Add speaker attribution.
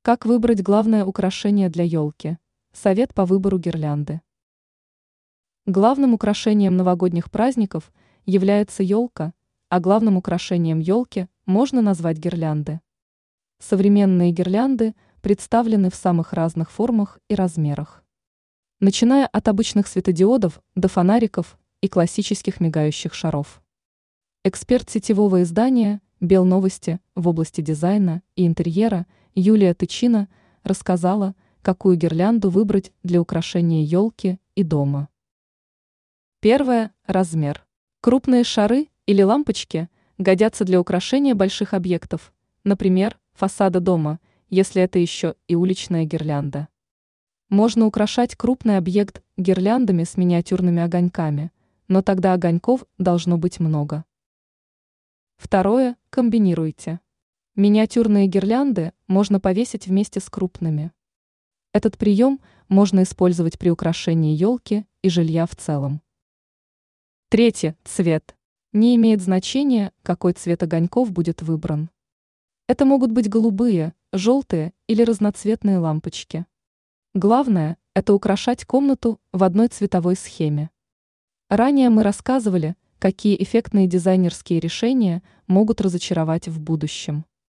Speaker 1: Как выбрать главное украшение для елки? Совет по выбору гирлянды. Главным украшением новогодних праздников является елка, а главным украшением елки можно назвать гирлянды. Современные гирлянды представлены в самых разных формах и размерах. Начиная от обычных светодиодов до фонариков и классических мигающих шаров. Эксперт сетевого издания «Белновости» в области дизайна и интерьера Юлия Тычина рассказала, какую гирлянду выбрать для украшения елки и дома. Первое – размер. Крупные шары или лампочки годятся для украшения больших объектов, например, фасада дома, если это еще и уличная гирлянда. Можно украшать крупный объект гирляндами с миниатюрными огоньками, но тогда огоньков должно быть много. Второе – комбинируйте. Миниатюрные гирлянды можно повесить вместе с крупными. Этот прием можно использовать при украшении елки и жилья в целом. Третье – цвет. Не имеет значения, какой цвет огоньков будет выбран. Это могут быть голубые, желтые или разноцветные лампочки. Главное – это украшать комнату в одной цветовой схеме. Ранее мы рассказывали, какие эффектные дизайнерские решения могут разочаровать в будущем.